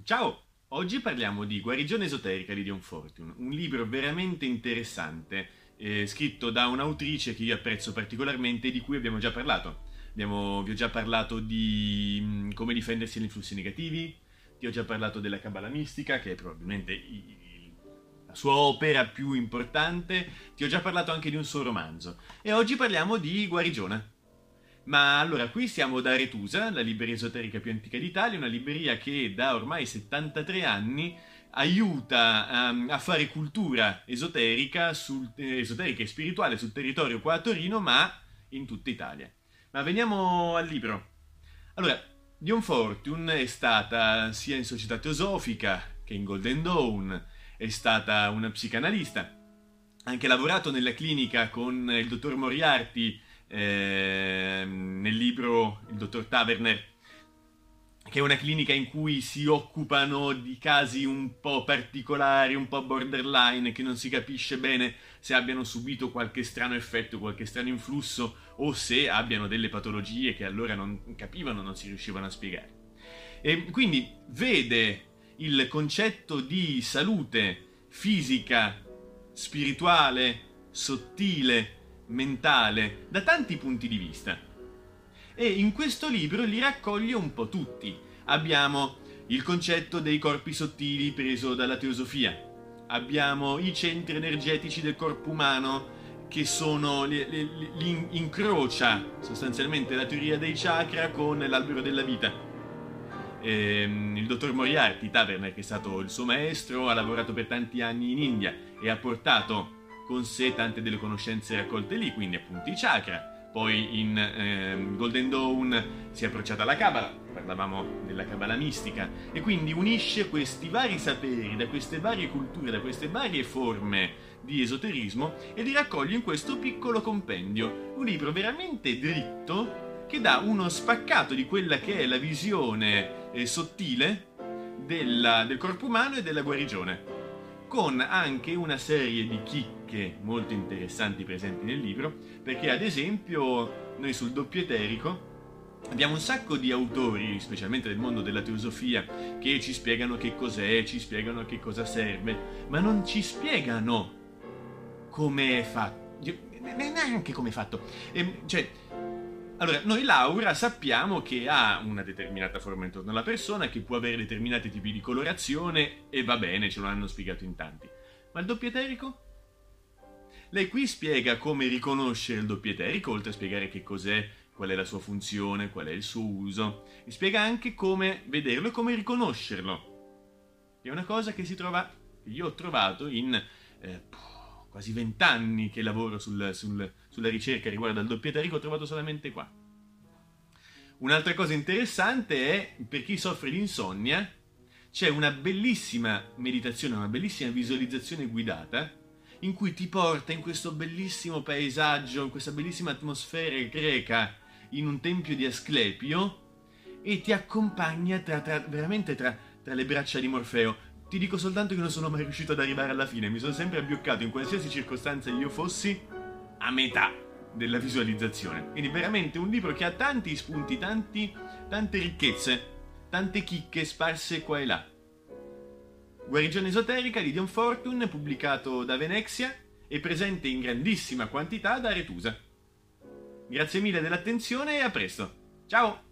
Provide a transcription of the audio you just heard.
Ciao! Oggi parliamo di Guarigione esoterica di Dion Fortune, un libro veramente interessante, scritto da un'autrice che io apprezzo particolarmente e di cui abbiamo già parlato. Vi ho già parlato di come difendersi dagli influssi negativi, ti ho già parlato della Cabala mistica, che è probabilmente la sua opera più importante, ti ho già parlato anche di un suo romanzo, e oggi parliamo di Guarigione. Ma allora, qui siamo da Aretusa, la libreria esoterica più antica d'Italia, una libreria che da ormai 73 anni aiuta a fare cultura esoterica, esoterica e spirituale sul territorio qua a Torino, ma in tutta Italia. Ma veniamo al libro. Allora, Dion Fortune è stata sia in Società Teosofica che in Golden Dawn, è stata una psicanalista, ha anche lavorato nella clinica con il dottor Moriarty, nel libro Il dottor Taverner, che è una clinica in cui si occupano di casi un po' particolari, un po' borderline, che non si capisce bene se abbiano subito qualche strano effetto, qualche strano influsso, o se abbiano delle patologie che allora non capivano, non si riuscivano a spiegare. E quindi vede il concetto di salute fisica, spirituale, sottile, mentale, da tanti punti di vista. E in questo libro li raccoglie un po' tutti. Abbiamo il concetto dei corpi sottili preso dalla teosofia, abbiamo i centri energetici del corpo umano che sono incrocia sostanzialmente la teoria dei chakra con l'albero della vita. Il dottor Moriarty, Taverner, che è stato il suo maestro, ha lavorato per tanti anni in India e ha portato con sé tante delle conoscenze raccolte lì, quindi appunto i chakra. Poi in Golden Dawn si è approcciata alla Cabala, parlavamo della Cabala mistica, e quindi unisce questi vari saperi da queste varie culture, da queste varie forme di esoterismo, e li raccoglie in questo piccolo compendio, un libro veramente dritto che dà uno spaccato di quella che è la visione sottile del corpo umano e della guarigione, con anche una serie di chicche molto interessanti presenti nel libro, perché ad esempio noi sul doppio eterico abbiamo un sacco di autori, specialmente del mondo della teosofia, che ci spiegano che cos'è, ci spiegano che cosa serve, ma non ci spiegano come è fatto, neanche come è fatto. Allora, noi Laura sappiamo che ha una determinata forma intorno alla persona, che può avere determinati tipi di colorazione, e va bene, ce lo hanno spiegato in tanti. Ma il doppio eterico? Lei qui spiega come riconoscere il doppio eterico, oltre a spiegare che cos'è, qual è la sua funzione, qual è il suo uso, e spiega anche come vederlo e come riconoscerlo. È una cosa che che io ho trovato in quasi 20 anni che lavoro sulla ricerca riguardo al doppio eterico, ho trovato solamente qua. Un'altra cosa interessante è, per chi soffre di insonnia, c'è una bellissima meditazione, una bellissima visualizzazione guidata, in cui ti porta in questo bellissimo paesaggio, in questa bellissima atmosfera greca, in un tempio di Asclepio, e ti accompagna veramente tra le braccia di Morfeo. Ti dico soltanto che non sono mai riuscito ad arrivare alla fine, mi sono sempre abbioccato in qualsiasi circostanza io fossi a metà della visualizzazione. Quindi veramente un libro che ha tanti spunti, tante ricchezze, tante chicche sparse qua e là. Guarigione esoterica di Dion Fortune, pubblicato da Venezia e presente in grandissima quantità da Aretusa. Grazie mille dell'attenzione e a presto. Ciao!